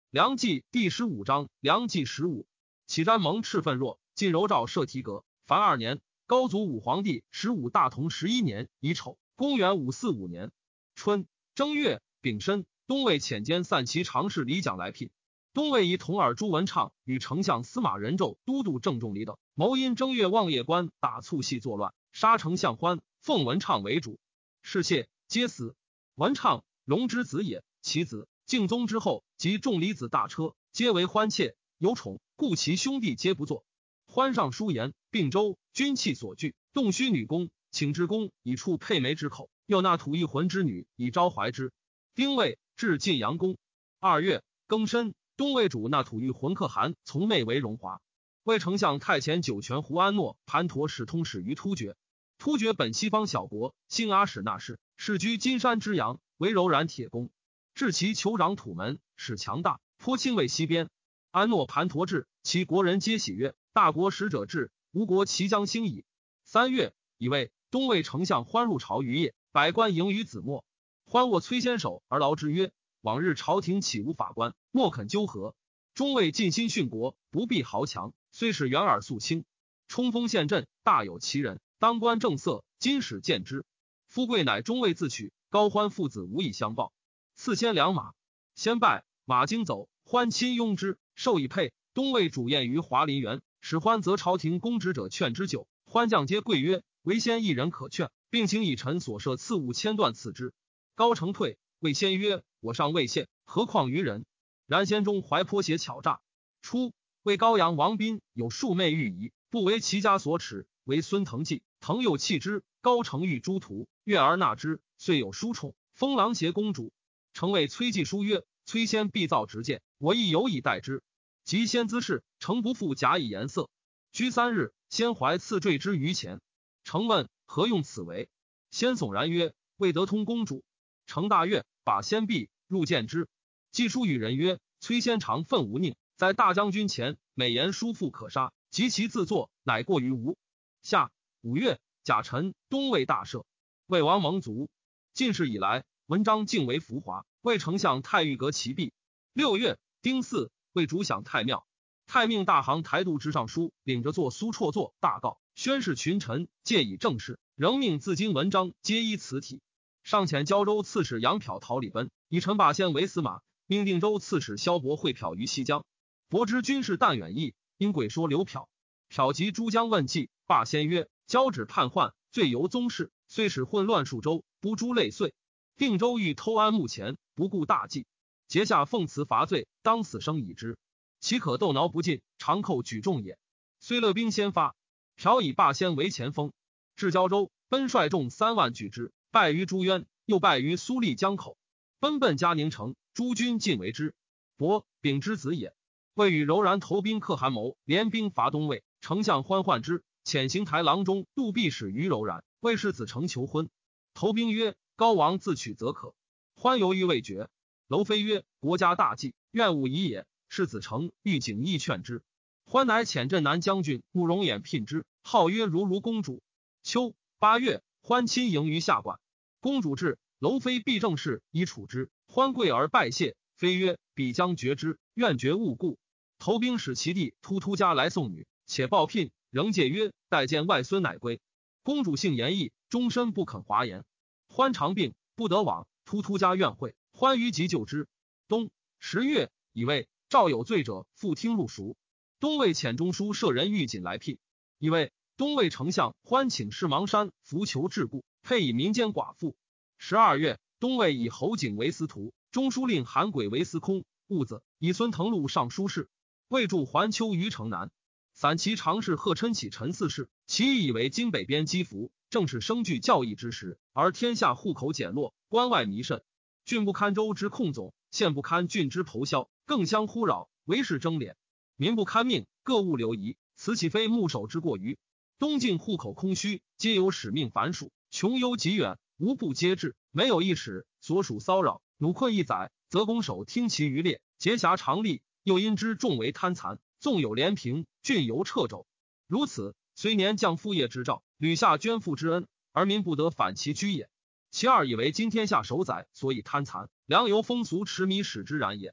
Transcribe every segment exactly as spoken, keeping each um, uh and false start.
梁纪第十五章，梁纪十五，启瞻蒙赤奋若，晋柔诏设提阁。凡二年，高祖武皇帝十五大同十一年乙丑，公元五四五年春正月丙申，东魏遣兼散骑常侍李讲来聘。东魏以同耳朱文畅与丞相司马仁胄都督郑仲离等谋因正月望夜关打促系作乱，杀丞相欢，奉文畅为主。士妾皆死。文畅龙之子也，其子敬宗之后及仲离子大车皆为欢妾，有宠，故其兄弟皆不作。欢上书言，并州军器所据，动须女工，请之公以触佩梅之口，又纳吐一魂之女以招怀之。丁未，至晋阳宫。二月庚申，东魏主纳吐一魂可汗从妹为荣华。魏丞相太前酒泉胡安诺盘陀使通使于突厥。突厥本西方小国，兴阿史那氏，世居金山之阳，为柔然铁弓。至其酋长土门，使强大，颇亲卫西边。安诺盘陀至，其国人皆喜曰：大国使者至，吴国其将兴矣。三月，以为东魏丞相欢入朝于夜，百官迎于子墨。欢握崔先手而劳之曰：往日朝廷岂无法官，莫肯纠合。中魏尽心殉国，不必豪强，虽使远耳肃清。冲锋陷阵，大有其人，当官正色，今使见之。富贵乃中尉自取，高欢父子无以相报。赐千良马，先拜马经走，欢亲拥之，授以佩。东魏主宴于华林园，使欢则朝廷公职者劝之酒，欢将皆跪曰：唯先一人可劝，并请以臣所设赐物千段赐之。高承退，谓先曰：我尚未献，何况于人？然先中怀颇邪巧诈。初，魏高阳王斌有数妹欲遗，不为其家所耻，为孙腾计，腾又弃之。高承欲诸徒，悦而纳之，遂有殊宠，封郎协公主。成谓崔季书曰：崔先必造直谏，我亦有以待之。及先姿事，诚不复假以颜色。居三日，先怀赐坠之于前。诚问何用此为？先悚然曰：未得通公主。成大悦，把先璧入见之。季书与人曰：崔先常愤无佞，在大将军前，美言叔父可杀，及其自作，乃过于吴。下五月，甲辰，东魏大赦，魏王蒙族。晋世以来，文章敬为浮华，魏丞相太尉革其弊。六月丁巳，魏主享太庙，太命大行台度之尚书领着作苏绰作大告，宣示群臣，借以正事。仍命自经文章皆依此体。上遣胶州刺史杨漂讨李奔，以陈霸先为司马，命定州刺史萧伯会漂于西江。伯知军事但远役，因鬼说刘漂。漂及诸将问计，霸先曰：交趾叛患，罪由宗室，虽使混乱数州，不诛累岁。定州欲偷安墓前，不顾大计，节下奉辞伐罪，当死生已之。岂可斗挠不尽，常寇举众也。虽勒兵先发，朴以霸先为前锋，至胶州，奔率众三万拒之，败于朱渊，又败于苏丽江口。奔奔嘉宁城，诸军尽为之。伯秉之子也。魏与柔然投兵可汗谋联兵伐东魏，丞相欢患之，遣行台郎中杜弼使于柔然，魏世子成求婚。投兵曰：高王自取则可。欢犹豫未决。楼妃曰：国家大计，愿勿疑也。世子成欲景义劝之。欢乃遣镇南将军慕容衍聘之，号曰如如公主。秋八月，欢亲迎于下馆。公主至，楼妃必正事以处之。欢跪而拜谢，妃曰：彼将绝之，愿绝勿故。投兵使其弟突突家来送女，且报聘，仍戒曰：待见外孙乃归。公主性严毅，终身不肯华言。欢常病，不得往，突突家怨会，欢于急救之。冬十月，以为赵有罪者复听入蜀。东魏遣中书舍人玉锦来聘。以为东魏丞相欢请释芒山扶求治故，配以民间寡妇。十二月，东魏以侯景为司徒，中书令韩轨为司空，兀子以孙腾录尚书事。魏驻环丘于城南。散骑常侍贺琛起陈四世，其意以为今北边击服，正是生具教义之时，而天下户口减落，关外弥甚。郡不堪州之控总，县不堪郡之剖销，更相呼扰，为事争敛。民不堪命，各物流移，此岂非牧守之过于？东晋户口空虚，皆有使命繁属，穷忧极远，无不皆至，没有一使所属骚扰，奴困一载，则攻守听其余烈，结辖常立，又因之众为贪残，纵有廉平，郡犹掣肘。如此，虽年降父业之诏，屡下捐赋之恩，而民不得反其居也。其二以为今天下守宰，所以贪残，良由风俗驰靡使之然也。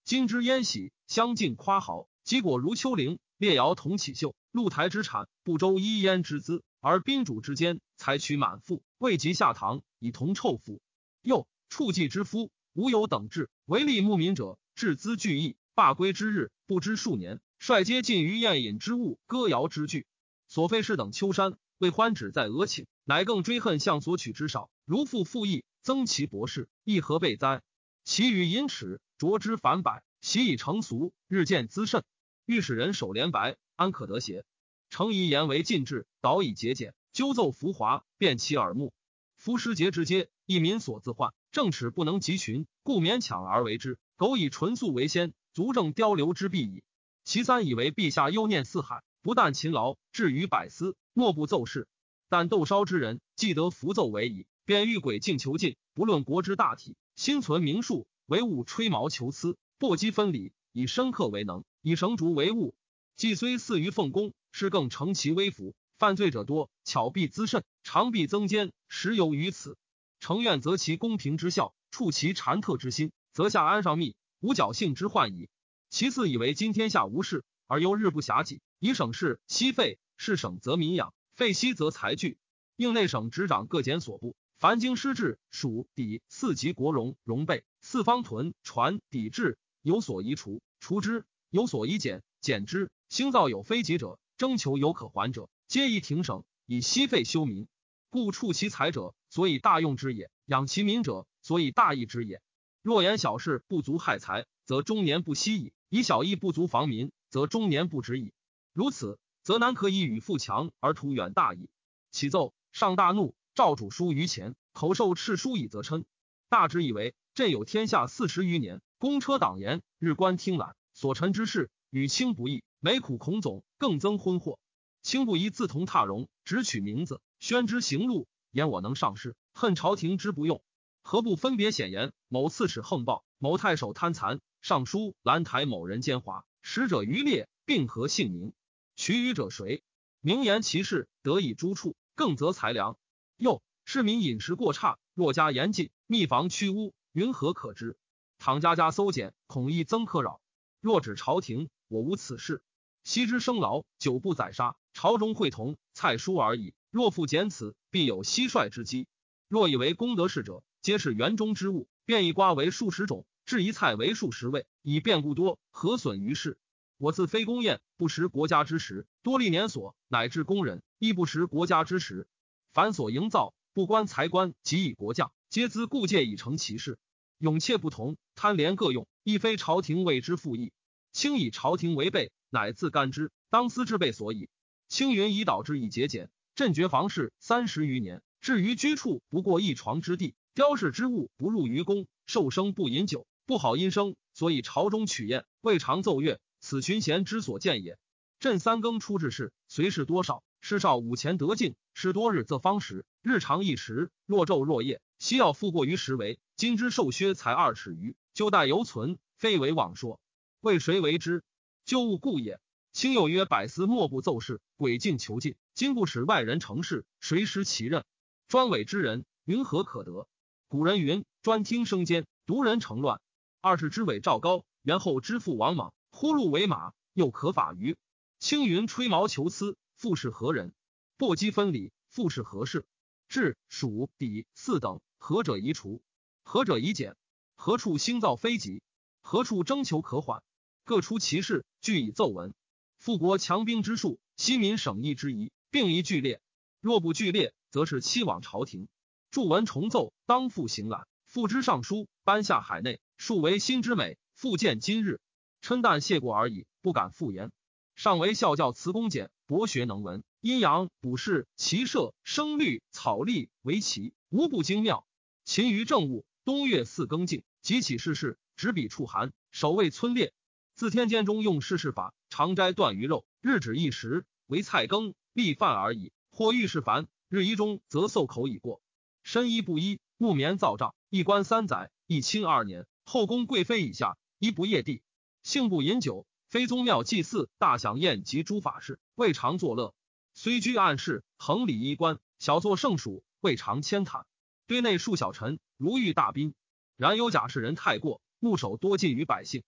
今之燕喜，相近夸豪，积果如丘陵，列瑶同起秀，露台之产，不周依焉之资，而宾主之间，采取满腹，未及下堂，以同臭腐。又处计之夫，无有等制，唯利牧民者，置资聚义，罢归之日，不知数年，率皆尽于宴饮之物，歌谣之具。所废事等丘山，为欢止在俄顷，乃更追恨向所取之少，如复复议，增其博士，亦何备哉？其语淫耻，着之反百，习以成俗，日渐滋甚。欲使人守廉白，安可得邪？诚以言为禁制，导以节俭，纠奏浮华，辨其耳目。夫失节之阶，一民所自患，正耻不能集群，故勉强而为之。苟以纯素为先，足证雕流之弊矣。其三，以为陛下忧念四海，不但勤劳，至于百司，莫不奏事。但斗烧之人，既得符奏为矣，便欲诡竞求进，不论国之大体，心存名数，唯务吹毛求疵，簸箕分理，以深刻为能，以绳竹为物。既虽似于奉公，是更成其微服。犯罪者多，巧必滋甚，常必增奸，实由于此。诚愿择其公平之效，触其禅特之心，则下安上密，无侥幸之患矣。其次，以为今天下无事，而又日不暇己，以省事息费，事省则民养，费息则财聚。应内省执掌各检所部，凡经师制、属、抵四级国荣、荣备、四方屯、传、抵制，有所宜除，除之；有所宜减，减之。兴造有非己者，征求有可还者，皆宜停省，以息费休民。故处其财者，所以大用之也；养其民者，所以大义之也。若言小事不足害财，则终年不息矣；以小义不足防民，则终年不止矣。如此，则难可以与富强而图远大矣。启奏上大怒，诏主书于前，口授敕书以责嗔。大之以为，朕有天下四十余年，公车党言，日官听览，所陈之事，与卿不异，每苦孔总，更增昏惑。卿不宜自同踏荣，只取名字，宣之行路，言我能上事，恨朝廷之不用。何不分别显言，某刺史横暴，某太守贪残，尚书兰台某人奸猾，使者余烈，并合姓名。其余者谁？明言其事，得以诸处，更择裁量。又市民饮食过差，若加严禁，密防驱污，云何可知？倘家家搜检，恐亦增苛扰。若指朝廷，我无此事。昔之生劳，久不宰杀，朝中会同，蔡书而已。若复减此，必有蟋蟀之机。若以为公德事者，皆是园中之物，便一瓜为数十种，置一菜为数十味，以变故多，何损于世？我自非公宴，不食国家之食，多历年所，乃至工人，亦不食国家之食。凡所营造，不关财官，即以国将，皆资故借以成其事。勇怯不同，贪廉各用，亦非朝廷为之复议。卿以朝廷为备，乃自甘之，当思之备所以。卿云以导之以节俭，朕绝房事三十余年，至于居处不过一床之地，雕饰之物不入于宫，受生不饮酒，不好音声，所以朝中取宴，未尝奏乐，此群贤之所见也。朕三更出之事，随事多少，事少午前得尽，事多日则方食，日长一时，若昼若夜，夕要复过于时为。今之受削才二尺余，就待犹存，非为妄说。为谁为之？旧物故也。卿又曰百司莫不奏事，诡竞求进，今不使外人成事，谁失其任？专委之人，云何可得？古人云：专听生奸，独人成乱。二世之伪赵高，元后之父王莽，呼入为马，又可法于。青云吹毛求疵，复是何人？簸箕分理，复是何事？至蜀抵四等，何者宜除？何者宜减？何处兴造非己？何处征求可缓？各出其事，据以奏闻。富国强兵之术，西民省役之宜，并宜据列。若不据列，则是欺罔朝廷。著文重奏，当复行览。复之上书，颁下海内，数为新之美，复见今日。嗔但谢过而已，不敢复言。上为孝教慈公简，博学能文，阴阳卜筮骑射声律草隶围棋，无不精妙。勤于政务，冬月四更尽，即起事事，执笔触函，守卫村列。自天监中用事事法，常斋断鱼肉，日止一时，为菜羹粒饭而已。或遇事烦，日一中则漱口已过。身衣不衣，木棉造帐，一官三载，一卿二年。后宫贵妃以下，一不夜地。性不饮酒，非宗庙祭祀，大享宴及诸法事，未尝作乐。虽居暗室，恒礼衣冠，小作圣属，未尝谦袒。对内庶小臣，如遇大宾。然有假士人太过，牧守多近于百姓，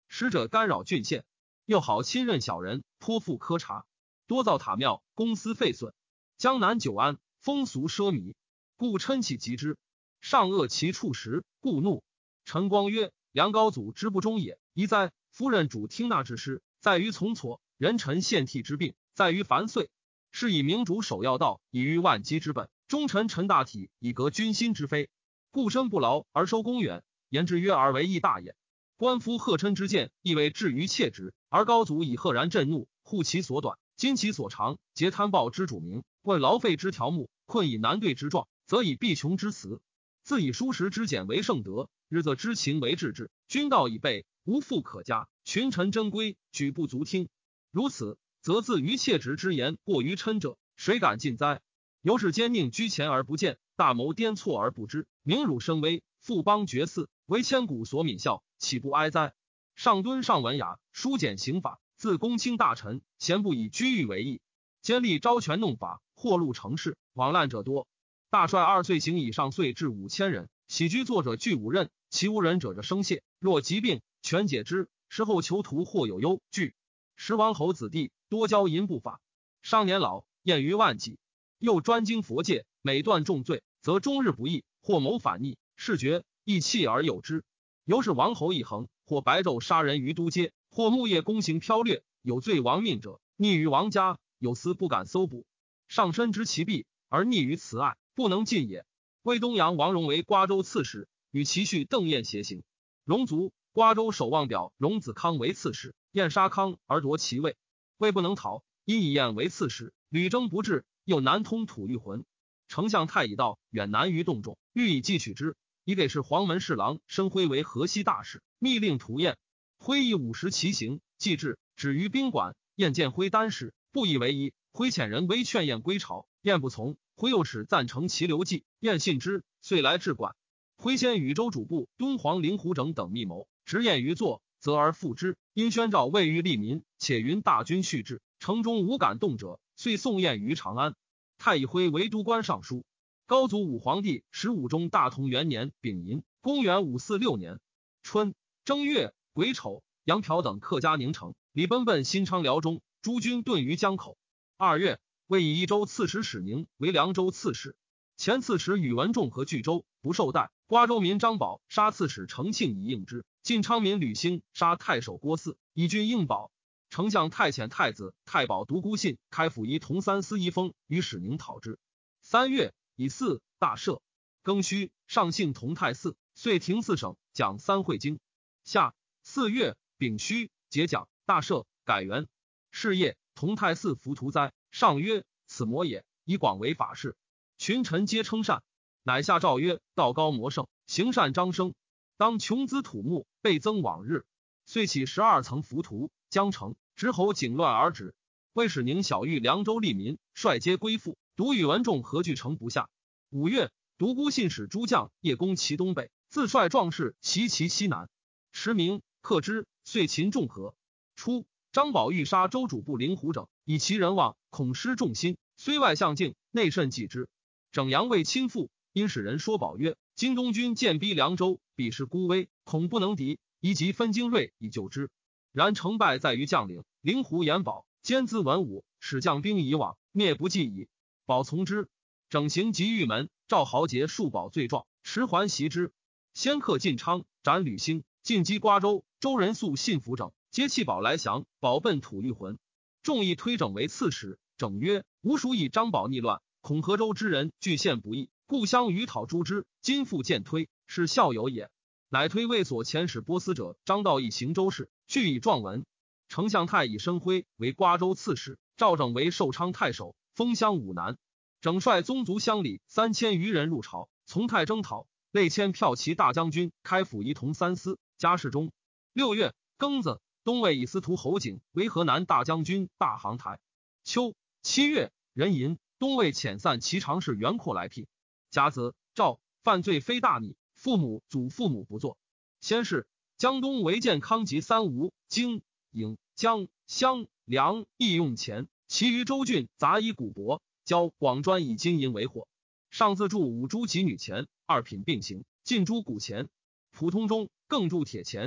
使者干扰郡县，又好亲任小人，颇负苛察，多造塔庙，公私废损。江南久安，风俗奢靡，故嗔气极之。上恶其处时，故怒。陈光曰：梁高祖之不忠也，宜哉！夫人主听纳之师，在于从错；人臣献替之病，在于繁岁。是以明主守要道，以御万机之本；忠臣陈大体，以革君心之非。故身不劳而收公远，言之曰而为义大也。官夫贺琛之见，亦为至于切直，而高祖以赫然震怒，护其所短，今其所长，劫贪暴之主名，问劳费之条目，困以难对之状，则以必穷之辞。自以疏时之简为圣德，日则之情为治治。君道已备，无复可加，群臣珍归，举不足听。如此，则自于切直之言过于嗔者，谁敢尽哉？由是奸佞居前而不见，大谋颠错而不知，名辱声威，富邦绝嗣，为千古所泯笑，岂不哀哉？上敦上文雅，疏简刑法，自公卿大臣，咸不以居狱为义，奸吏招权弄法，祸戮成事，枉滥者多。大帅二岁刑以上岁至五千人，喜居作者具五任，其无人者者生谢。若疾病，全解之。事后囚徒或有忧惧。时王侯子弟多教淫不法，伤年老，厌于万计。又专经佛戒，每断重罪，则终日不义，或谋反逆，视觉亦弃而有之。由是王侯一横，或白昼杀人于都街，或木夜公行剽掠，有罪亡命者，逆于王家，有司不敢搜捕。上身知其弊，而逆于慈爱，不能尽也。魏东阳王荣为瓜州刺史，与其婿邓彦偕行。荣卒，瓜州守望表荣子康为刺史，燕杀康而夺其位，魏不能讨，因以燕为刺史，屡征不至，又南通吐谷浑。丞相太乙道远南于洞众，欲以继取之，以给事黄门侍郎申辉为河西大使，密令屠燕。辉以五十骑行，既至，止于宾馆。燕见辉单使，不以为宜。辉遣人微劝燕归朝，燕不从。辉又使赞成其流计，燕信之，遂来治馆。辉先与州主簿敦煌灵狐整等密谋，执燕于坐，责而复之。因宣诏未欲利民，且云大军续至，城中无敢动者，遂送燕于长安。太乙辉为都官尚书。高祖武皇帝十五中大同元年丙寅，公元五四六年春正月癸丑，杨朴等客家宁城，李奔奔新昌辽中，诸军遁于江口。二月，魏以益州刺史史宁为凉州刺史。前刺史宇文仲和据州，不受待。瓜州民张宝杀刺史程庆以应之。晋昌民吕兴杀太守郭汜以郡应保。丞相太遣太子太保独孤信开府仪同三司一封与史宁讨之。三月，以巳大赦。庚戌，上幸同泰寺，遂停四省，讲三会经。夏四月丙戌，节讲大赦，改元。是夜，同泰寺伏屠灾，上曰：此魔也，以广为法事。群臣皆称善，乃下诏曰：道高魔盛，行善张生，当穷资土木，倍增往日。遂起十二层浮屠，将成，直侯景乱而止。魏使宁小谕凉州利民，率皆归附，独宇文仲何惧城不下。五月，独孤信使诸将夜攻其东北，自率壮士袭其西南。驰名克之，遂擒众河。初，张宝欲杀州主簿灵狐整，以其人望，恐失众心，虽外向敬，内甚忌之。整阳为亲附，因使人说宝曰：今东军渐逼凉州，彼是孤危，恐不能敌，宜即分精锐以救之。然成败在于将领，灵狐言宝兼资文武，使将兵以往，灭不计矣。宝从之。整行及玉门，赵豪杰数宝罪状，持还袭之。先克晋昌，斩吕兴，进击瓜州，州人素信服整，皆弃宝来降。宝奔吐谷浑，众议推整为刺史。整曰：吾属以张宝逆乱，恐河州之人据陷不义，故相与讨诛之。今复见推，是校友也。乃推魏所遣使波斯者张道义行州事，据以状文。丞相太乙申辉为瓜州刺史，赵整为寿昌太守，封襄武南。整率宗族乡里三千余人入朝，从太征讨，累迁骠骑大将军，开府仪同三司，加侍中。六月庚子，东魏以司徒侯景为河南大将军，大行台。秋七月壬寅，东魏遣散其常侍袁阔来聘。甲子，赵犯罪非大逆，父母祖父母不作。先是，江东为建康及三吴、荆、颍、江、襄、梁亦用钱，其余州郡杂以古帛，交广专以金银为货。上自铸五铢及女钱，二品并行，进诸古钱。普通中更铸铁钱。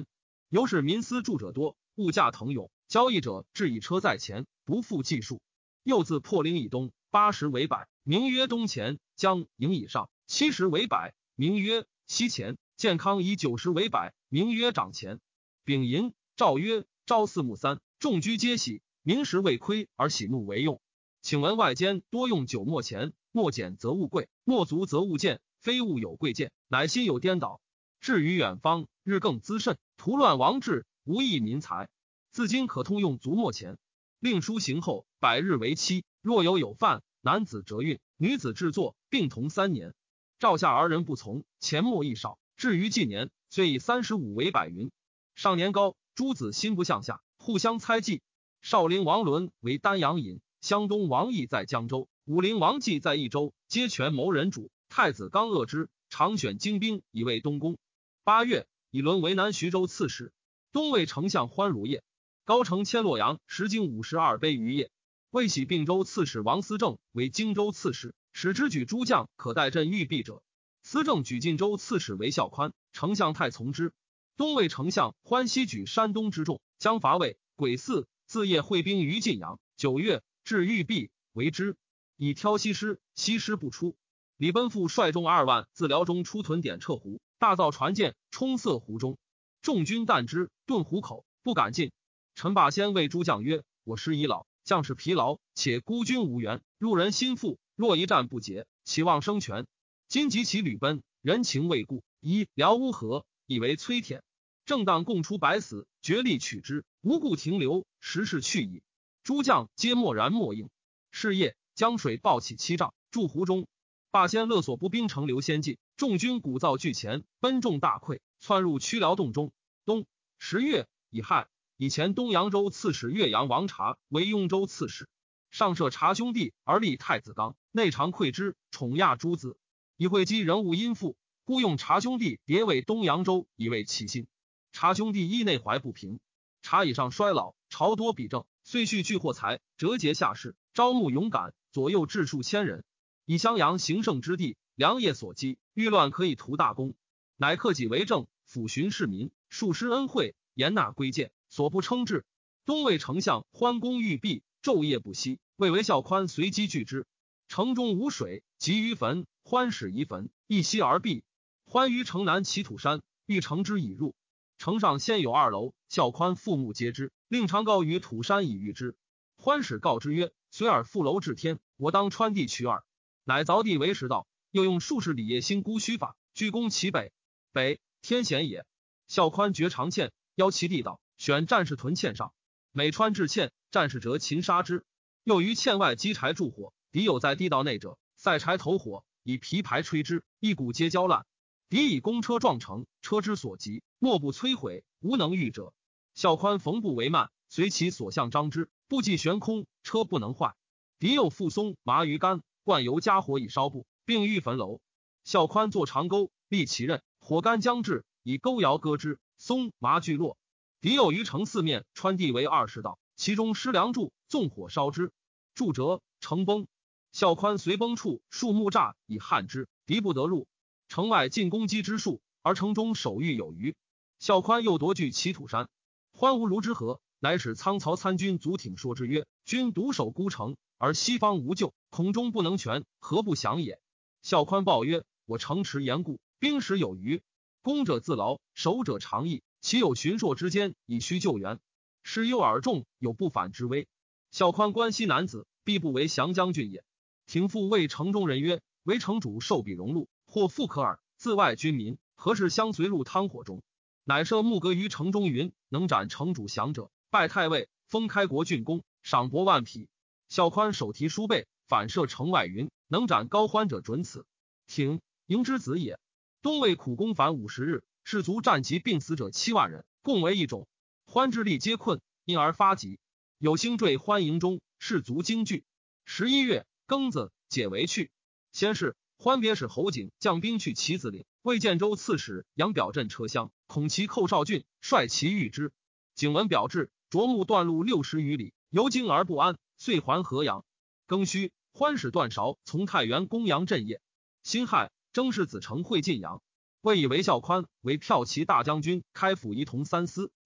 由是民私住者多，物价腾涌，交易者置以车在前，不复计数。又自破陵以东，八十为百，名曰东前；江营以上，七十为百，名曰西前；健康以九十为百，名曰长前。丙寅，诏曰：朝四暮三，众居皆喜，民食未亏而喜怒为用。请闻外间多用酒莫钱，莫减则物贵，莫足则物贱，非物有贵贱，乃心有颠倒。至于远方，日更滋甚，图乱王治，无益民财。自今可通用足莫钱。令书行后，百日为期。若有有犯，男子折运，女子制作，并同三年。诏下而人不从，钱莫亦少。至于纪年，虽以三十五为百云。上年高，诸子心不向下，互相猜忌。少陵王伦为丹阳尹，湘东王毅在江州，武陵王继在益州，皆权谋人主。太子刚恶之，常选精兵以卫东宫。八月，以伦为南徐州刺史。东魏丞相欢如业。高城迁洛阳，时经五十二碑于业。魏喜并州刺史王思政为荆州刺史，使之举诸将可代镇御弊者。思政举晋州刺史为孝宽，丞相太从之。东魏丞相欢西举山东之众，将伐魏。癸巳，自夜会兵于晋阳。九月，至御弊，为之，以挑西师，西师不出。李奔父率众二万自辽中出屯点彻湖，大造船舰，冲塞湖中。众军惮之，遁湖口，不敢进。陈霸先谓诸将曰：我师已老，将士疲劳，且孤军无援，入人心腹，若一战不捷，其望生权。今及其旅奔，人情未固，以辽乌合，以为摧舔。正当共出百死，决力取之，无故停留，时势去矣。诸将皆默然默应。是夜，江水暴起七丈，注湖中。霸先勒索步兵城刘先进，众军鼓噪俱前，奔众大溃，窜入曲辽洞中。冬十月，乙亥，以前东扬州刺史岳阳王察为雍州刺史。上设察兄弟而立太子纲，内常馈之，宠亚诸子。以会稽人物殷富，故用察兄弟迭为东扬州，以为其心。察兄弟依内怀不平，察以上衰老，朝多比政，遂蓄聚货财，折节下士，招募勇敢，左右治数千人。以襄阳行胜之地，良业所积，欲乱可以图大功。乃克己为政，抚巡市民，数施恩惠，严纳规谏，所不称制。东魏丞相欢公欲避，昼夜不息，魏为孝宽随机拒之。城中无水，急于坟，欢使移坟，一息而避。欢于城南齐土山，欲乘之以入。城上先有二楼，孝宽父母皆之，令常告于土山以御之。欢使告之曰：随尔复楼至天，我当穿地取耳。乃凿地为石道，又用术士李业兴孤虚法，居攻其北。北，天险也。孝宽绝长堑，邀其地道，选战士屯堑上。每穿至堑，战士折擒杀之。又于堑外积柴助火，敌有在地道内者，塞柴投火，以皮牌吹之，一股皆焦烂。敌以公车撞城，车之所及，莫不摧毁，无能御者。孝宽缝布为幔，随其所向张之，不计悬空，车不能坏。敌又复松麻鱼干，灌油加火以烧布，并御焚楼。孝宽作长钩，立其刃，火干将至，以钩摇割之，松麻俱落。敌有于城四面穿地为二十道，其中施梁柱，纵火烧之，柱折，城崩。孝宽随崩处树木栅以撼之，敌不得入。城外进攻击之术，而城中守御有余。孝宽又夺据齐土山，欢无卢之何，乃使仓曹参军卒挺说之曰：君独守孤城，而西方无救，恐中不能全，何不降也？孝宽报曰：我城池严固，兵食有余，攻者自劳，守者长逸，其有巡朔之间，以需救援。是诱耳众，有不反之威。孝宽关西男子，必不为降将军也。廷父谓城中人曰：为城主受比荣禄，或复可耳。自外军民，何事相随入汤火中？乃设木阁于城中云：能斩城主降者，拜太尉，封开国郡公，赏帛万匹。孝宽手提书背，反射城外云：能斩高欢者准此。挺，营之子也。东魏苦攻反五十日，士卒战疾病死者七万人，共为一种。欢之力皆困，因而发疾。有星坠欢营中，士卒惊惧。十一月庚子，解围去。先是欢别使侯景将兵去棋子岭，为建州刺史杨表镇车厢，恐其寇少郡，率其御之。景闻表至，着木断路六十余里，犹惊而不安，遂还河阳。庚戌，欢使段韶从太原攻阳镇业。辛亥，征士子成会晋阳，魏以为孝宽为骠骑大将军，开府仪同三司，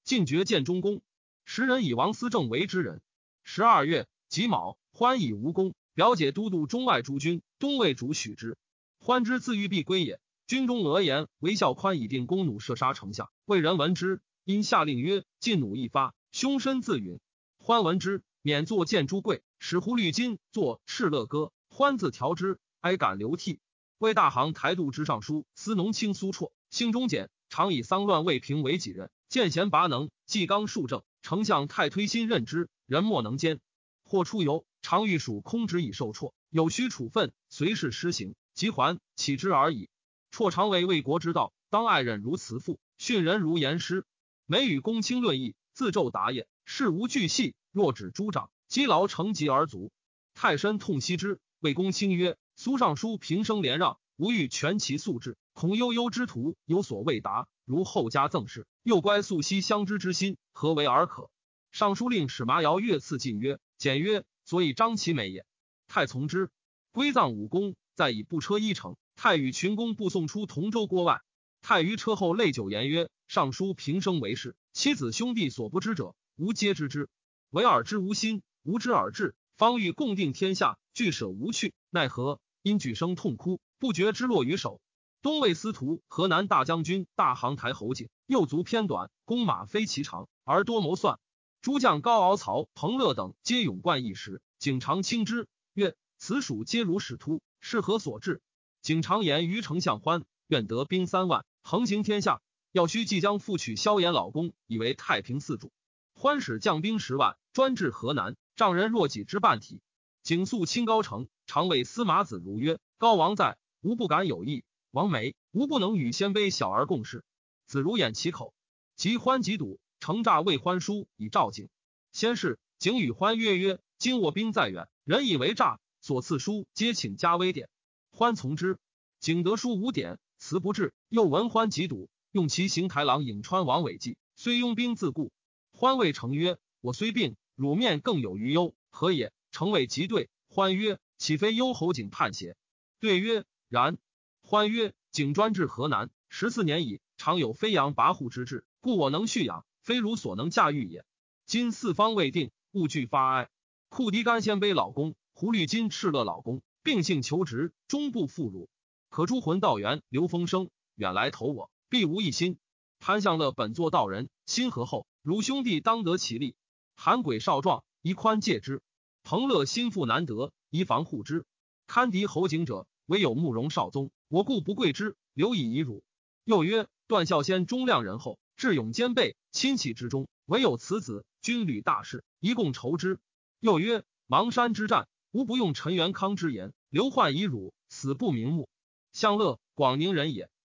进爵建中公。时人以王思政为之人。十二月己卯，欢以无功，表解都督中外诸军，东魏主许之。欢之自欲必归也。军中讹言韦孝宽以定弓弩射杀丞相，魏人闻之，因下令曰：禁弩一发，凶身自陨。欢闻之，免作谏朱贵，使胡律金作敕勒歌。欢自调之，哀感流涕。魏大行台度之尚书司农卿苏绰，性中简，常以丧乱未平为己任，见贤拔能，纪纲数正。丞相太推心任之，人莫能兼。或出游，常欲属空之以受辍，有须处分，随事施行，即还，岂之而已。辍常为魏国之道，当爱人如慈父，训人如言师。每与公卿论议，自奏答也，事无巨细，若指诸长，积劳成疾而足。太深痛惜之，谓公卿曰：苏尚书平生连让，吾欲全其素质，恐悠悠之徒有所未达，如后加赠事，又乖素惜相知之心，何为而可？尚书令史麻尧越次进曰：简曰：所以张其美也。太从之。归葬武功，再以步车一乘。太与群公步送出同州郭外。太于车后泪酒言曰：尚书平生为事，妻子兄弟所不知者，吾皆知之。唯尔之无心，吾之尔志，方欲共定天下，俱舍无去，奈何？因举声痛哭，不觉之落于手。东魏司徒、河南大将军、大行台侯景，右足偏短，弓马非其长，而多谋算。诸将高敖、曹、彭乐等皆勇冠一时，景常轻之，曰：此属皆如使突，是何所至？景常言于丞相欢，愿得兵三万，横行天下，要须即将复取萧衍老公，以为太平四主。欢使将兵十万，专至河南，丈人若己之半体。景肃清高城，常谓司马子如曰：高王在，吾不敢有意；王没，吾不能与鲜卑小儿共事。子如掩其口。及欢即堵，程诈谓欢书以召景。先是，景与欢约曰：今我兵在远，人以为诈，所赐书皆请加微典。欢从之。景得书无典，辞不至，又闻欢即堵，用其行台郎颍川王伟计，虽拥兵自固。欢谓程曰：我虽病，汝面更有余忧，何也？程谓即对。欢曰：岂非幽侯景叛邪？对曰：然。欢曰：景专至河南十四年矣，常有飞扬跋扈之志，故我能蓄养，非汝所能驾驭也。今四方未定，勿惧发哀。库狄干鲜卑老公，胡律金敕勒老公，并性求职，终不负辱。可诸魂道元、刘风生远来投我，必无一心。潘向乐本作道人，心和厚，汝兄弟当得其利。韩轨少壮，宜宽戒之。彭乐心腹难得，宜防护之。堪敌侯景者，唯有慕容少宗，我故不贵之，留以以辱。又曰：段孝先忠亮仁厚，智勇兼备，亲戚之中，唯有此子，军旅大事，一共筹之。又曰：邙山之战，吾不用陈元康之言，刘焕以辱，死不瞑目。向乐，广宁人也。